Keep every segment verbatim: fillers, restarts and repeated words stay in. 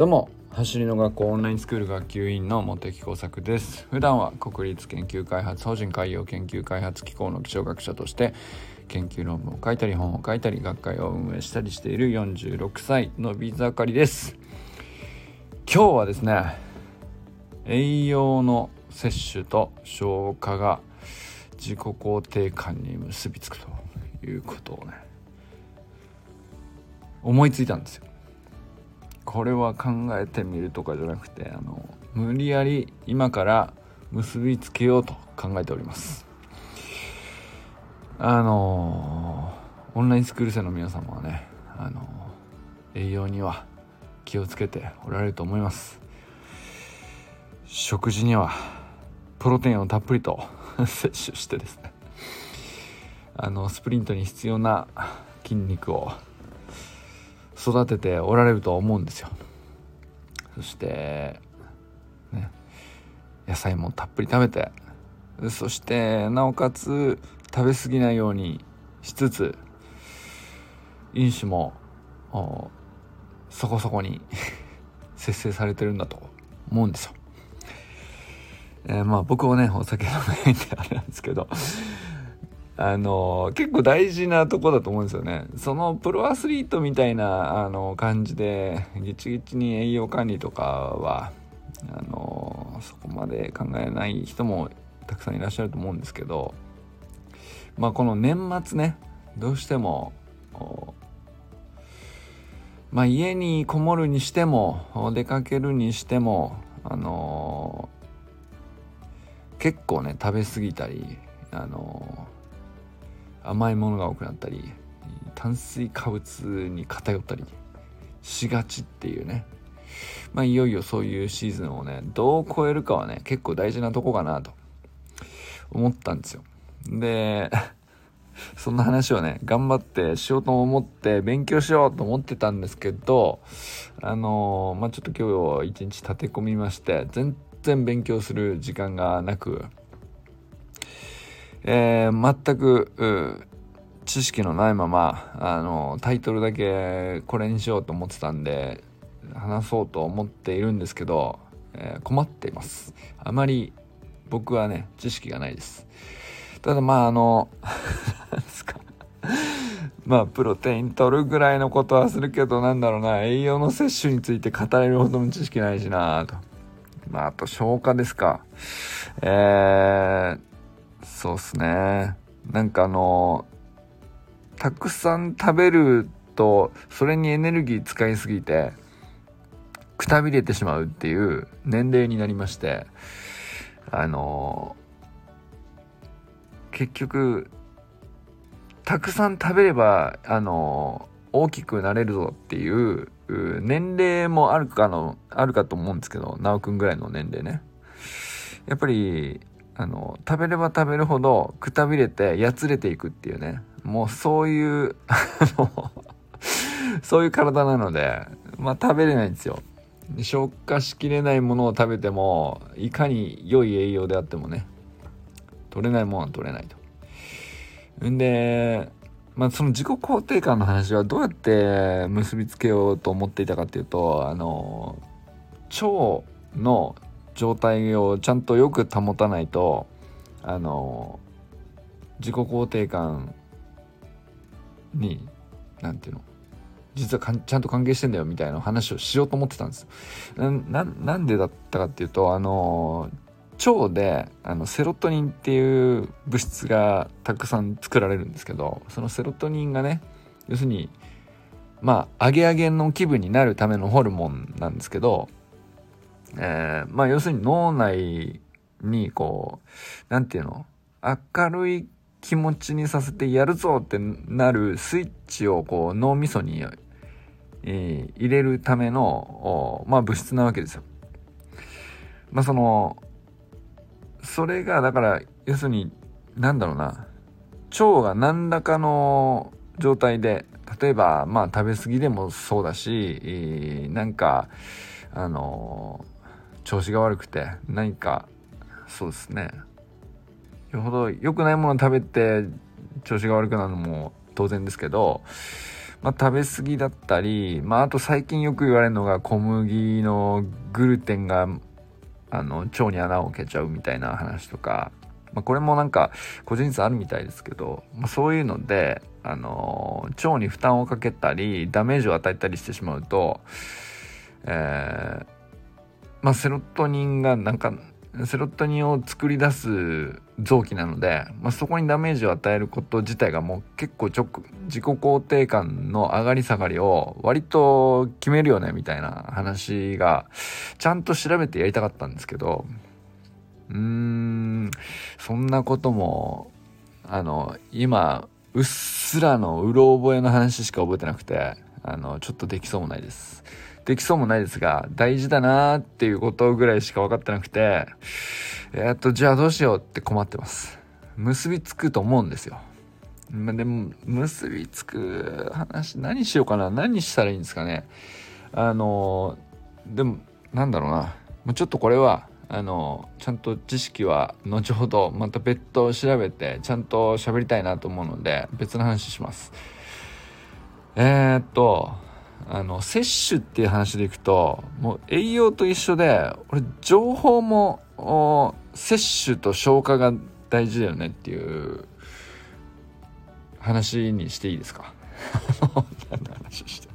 どうも、走りの学校オンラインスクール学級委員の茂木耕作です。普段は国立研究開発法人海洋研究開発機構の気象学者として研究論文を書いたり本を書いたり学会を運営したりしているよんじゅうろくさいのび盛りです。今日はですね、栄養の摂取と消化が自己肯定感に結びつくということをね思いついたんですよ。これは考えてみるとかじゃなくて、あの無理やり今から結びつけようと考えております。あのオンラインスクール生の皆様はね、あの栄養には気をつけておられると思います。食事にはプロテインをたっぷりと摂取してですね、あのスプリントに必要な筋肉を育てておられると思うんですよ。そしてね、野菜もたっぷり食べて、そしてなおかつ食べ過ぎないようにしつつ、飲酒もそこそこに節制されてるんだと思うんですよ。えー、まあ僕はねお酒飲めないんであれなんですけど、あの結構大事なとこだと思うんですよね。そのプロアスリートみたいなあの感じでギチギチに栄養管理とかはあのそこまで考えない人もたくさんいらっしゃると思うんですけど、まあこの年末ね、どうしてもまあ家にこもるにしても出かけるにしてもあの結構ね食べ過ぎたりあの甘いものが多くなったり炭水化物に偏ったりしがちっていうね、まあいよいよそういうシーズンをねどう超えるかはね結構大事なとこかなと思ったんですよ。でそんな話をね頑張ってしようと思って勉強しようと思ってたんですけど、あのー、まあちょっと今日一日立て込みまして、全然勉強する時間がなく、えー、全く知識のないままあのタイトルだけこれにしようと思ってたんで話そうと思っているんですけど、えー、困っています。あまり僕はね知識がないです。ただまああのなんですかまあプロテイン取るぐらいのことはするけど、なんだろうな、栄養の摂取について語れるほどの知識ないしなと。まああと消化ですか。えー、そうっすね。なんかあのたくさん食べるとそれにエネルギー使いすぎてくたびれてしまうっていう年齢になりまして、あの結局たくさん食べればあの大きくなれるぞっていう年齢もあるかのあるかと思うんですけど、なおくんぐらいの年齢ね、やっぱりあの食べれば食べるほどくたびれてやつれていくっていうね、もうそういうそういう体なので、まあ食べれないんですよ。消化しきれないものを食べてもいかに良い栄養であってもね取れないものは取れないと。んでまあその自己肯定感の話はどうやって結びつけようと思っていたかっていうと、あの腸の状態をちゃんとよく保たないとあの自己肯定感になんていうの実はかんちゃんと関係してんだよみたいな話をしようと思ってたんです。な, な, なんでだったかっていうと、あの腸であのセロトニンっていう物質がたくさん作られるんですけど、そのセロトニンがね要するにまあアゲアゲの気分になるためのホルモンなんですけど、えー、まあ要するに脳内にこうなんていうの明るい気持ちにさせてやるぞってなるスイッチをこう脳みそに、えー、入れるためのまあ物質なわけですよ。まあそのそれがだから要するになんだろうな、腸が何らかの状態で、例えばまあ食べ過ぎでもそうだし、えー、なんかあのー、調子が悪くて何かそうですねよほど良くないものを食べて調子が悪くなるのも当然ですけど、 まあ、食べ過ぎだったり、まあ、あと最近よく言われるのが小麦のグルテンがあの腸に穴を開けちゃうみたいな話とか、まあ、これもなんか個人差あるみたいですけど、まあ、そういうので、あのー、腸に負担をかけたりダメージを与えたりしてしまうと、えーまあ、セロトニンがなんかセロトニンを作り出す臓器なので、まあ、そこにダメージを与えること自体がもう結構直自己肯定感の上がり下がりを割と決めるよねみたいな話がちゃんと調べてやりたかったんですけど、うーんそんなこともあの今うっすらのうろ覚えの話しか覚えてなくて、あのちょっとできそうもないですできそうもないですが大事だなーっていうことぐらいしか分かってなくて、えー、っとじゃあどうしようって困ってます。結びつくと思うんですよ。まあ、でも結びつく話何しようかな、何したらいいんですかね。あのでもなんだろうな、ちょっとこれはあのちゃんと知識は後ほどまた別途調べてちゃんと喋りたいなと思うので別の話します。えー、っとあの摂取っていう話でいくともう栄養と一緒で俺情報も摂取と消化が大事だよねっていう話にしていいですか何の話して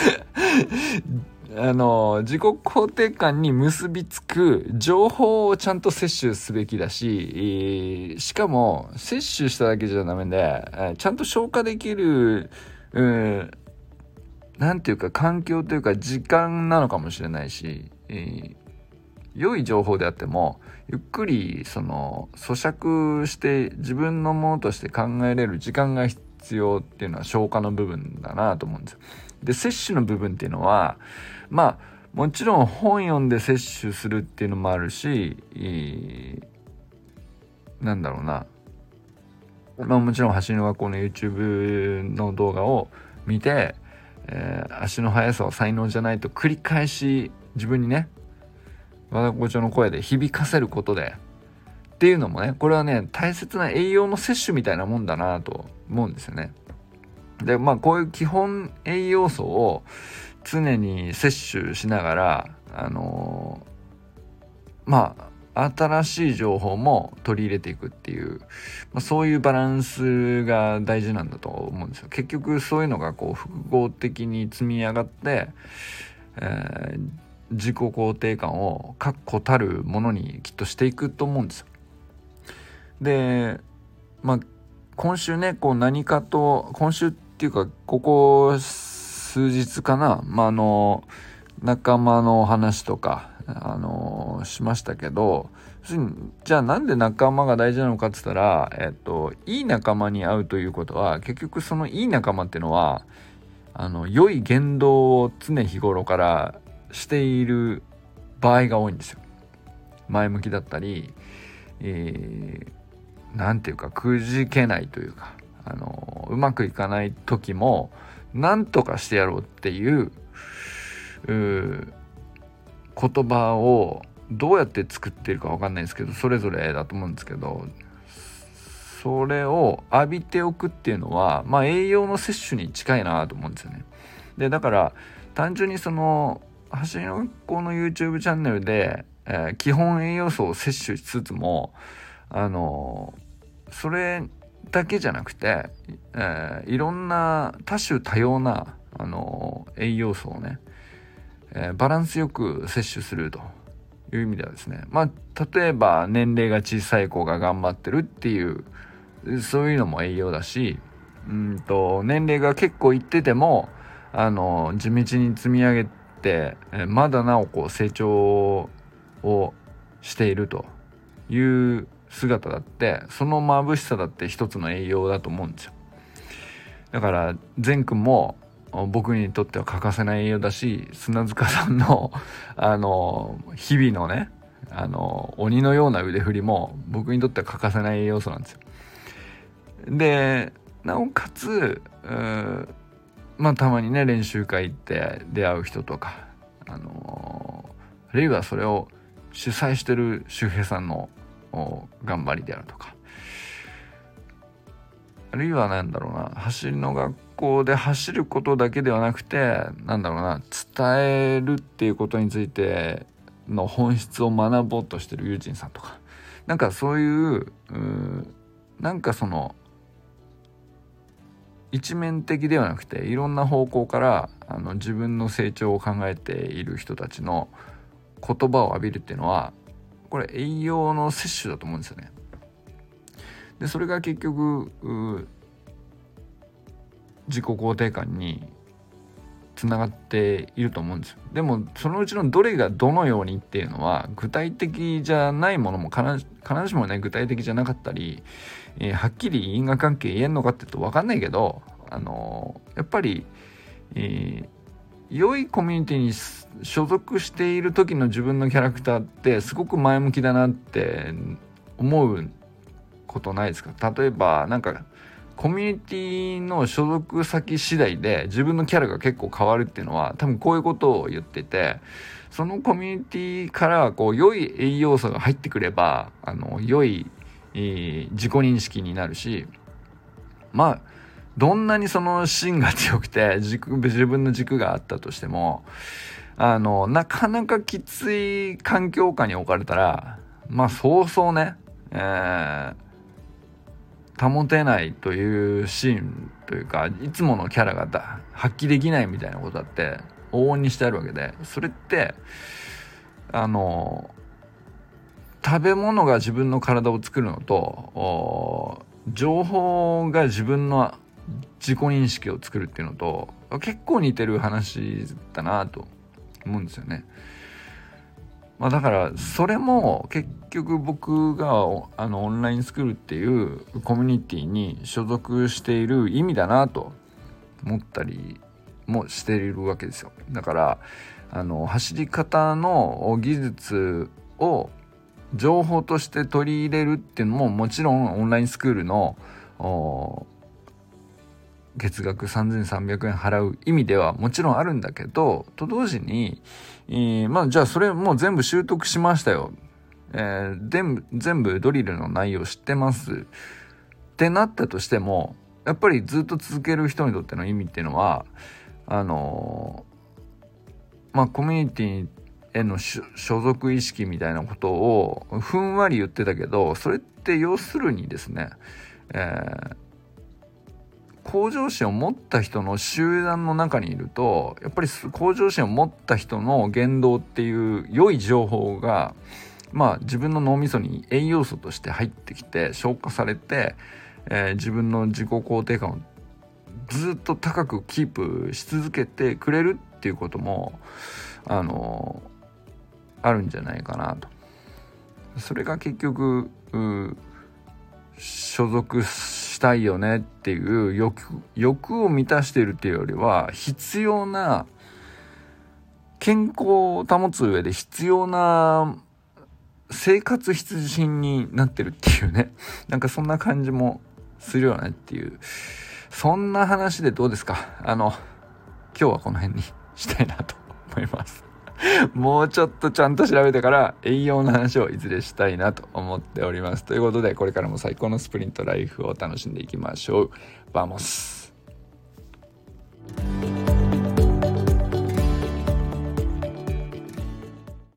んのあの自己肯定感に結びつく情報をちゃんと摂取すべきだし、えー、しかも摂取しただけじゃダメで、えー、ちゃんと消化できる、うんなんていうか環境というか時間なのかもしれないし、えー、良い情報であってもゆっくりその咀嚼して自分のものとして考えれる時間が必要っていうのは消化の部分だなと思うんですよ。で摂取の部分っていうのはまあもちろん本読んで摂取するっていうのもあるし、えー、なんだろうな、まあもちろん走りの学校の YouTube の動画を見てえー、足の速さは才能じゃないと繰り返し自分にね和田校長の声で響かせることでっていうのもね、これはね大切な栄養の摂取みたいなもんだなと思うんですよね。でまあこういう基本栄養素を常に摂取しながらあのー、まあ新しい情報も取り入れていくっていう、まあ、そういうバランスが大事なんだと思うんですよ。結局そういうのがこう複合的に積み上がって、えー、自己肯定感を確固たるものにきっとしていくと思うんですよ。で、まあ今週ねこう何かと今週っていうかここ数日かな、まああの仲間の話とかあのー、しましたけど、じゃあなんで仲間が大事なのかって言ったら、えっといい仲間に会うということは結局そのいい仲間っていうのはあの良い言動を常日頃からしている場合が多いんですよ。前向きだったり、えー、なんていうかくじけないというか、あのー、うまくいかない時もなんとかしてやろうっていうう言葉をどうやって作っているか分かんないですけどそれぞれだと思うんですけど、それを浴びておくっていうのはまあ栄養の摂取に近いなと思うんですよね。でだから単純にその走りの学校の YouTube チャンネルで、えー、基本栄養素を摂取しつつもあのー、それだけじゃなくて、えー、いろんな多種多様な、あのー、栄養素をねえー、バランスよく摂取するという意味ではですね、まあ例えば年齢が小さい子が頑張ってるっていうそういうのも栄養だし、うんと年齢が結構いっててもあの地道に積み上げて、えー、まだなおこう成長をしているという姿だってその眩しさだって一つの栄養だと思うんですよ。だから善くんも僕にとっては欠かせない栄養だし、砂塚さんのあの日々のねあの鬼のような腕振りも僕にとっては欠かせない栄養素なんですよ。でなおかつまあたまにね練習会行って出会う人とか、あのあるいはそれを主催してる周平さんの頑張りであるとか、あるいはなんだろうな、走りの学校で走ることだけではなくて、なんだろうな、伝えるっていうことについての本質を学ぼうとしてる友人さんとか、なんかそういう、うーなんかその一面的ではなくていろんな方向からあの自分の成長を考えている人たちの言葉を浴びるっていうのは、これ栄養の摂取だと思うんですよね。でそれが結局自己肯定感につながっていると思うんですよ。でもそのうちのどれがどのようにっていうのは具体的じゃないものも必ず、必ずしもね具体的じゃなかったり、えー、はっきり因果関係言えんのかって言うと分かんないけど、あのー、やっぱり、えー、良いコミュニティに所属している時の自分のキャラクターってすごく前向きだなって思うことないですか？例えばなんかコミュニティの所属先次第で自分のキャラが結構変わるっていうのは多分こういうことを言ってて、そのコミュニティからこう良い栄養素が入ってくればあの良い、えー、自己認識になるし、まあどんなにその芯が強くて軸自分の軸があったとしてもあのなかなかきつい環境下に置かれたらまあそうそうね、えー保てないというシーンというか、いつものキャラがだ発揮できないみたいなことだって往々にしてあるわけで、それってあの食べ物が自分の体を作るのと情報が自分の自己認識を作るっていうのと結構似てる話だなと思うんですよね。まあ、だからそれも結局僕があのオンラインスクールっていうコミュニティに所属している意味だなと思ったりもしているわけですよ。だからあの走り方の技術を情報として取り入れるっていうのももちろんオンラインスクールの月額さんぜんさんびゃくえん払う意味ではもちろんあるんだけど、と同時に、えー、まあじゃあそれもう全部習得しましたよ、えー、全部全部ドリルの内容知ってますってなったとしても、やっぱりずっと続ける人にとっての意味っていうのはあのー、まあコミュニティへの所属意識みたいなことをふんわり言ってたけど、それって要するにですね、えー向上心を持った人の集団の中にいると、やっぱり向上心を持った人の言動っていう良い情報がまあ自分の脳みそに栄養素として入ってきて消化されて、えー、自分の自己肯定感をずっと高くキープし続けてくれるっていうこともあのー、あるんじゃないかなと。それが結局所属したいよねっていう欲欲を満たしているっていうよりは必要な健康を保つ上で必要な生活必需品になってるっていうね、なんかそんな感じもするよねっていう、そんな話でどうですか？あの今日はこの辺にしたいなと思います。もうちょっとちゃんと調べてから栄養の話をいずれしたいなと思っております。ということでこれからも最高のスプリントライフを楽しんでいきましょう。バモス。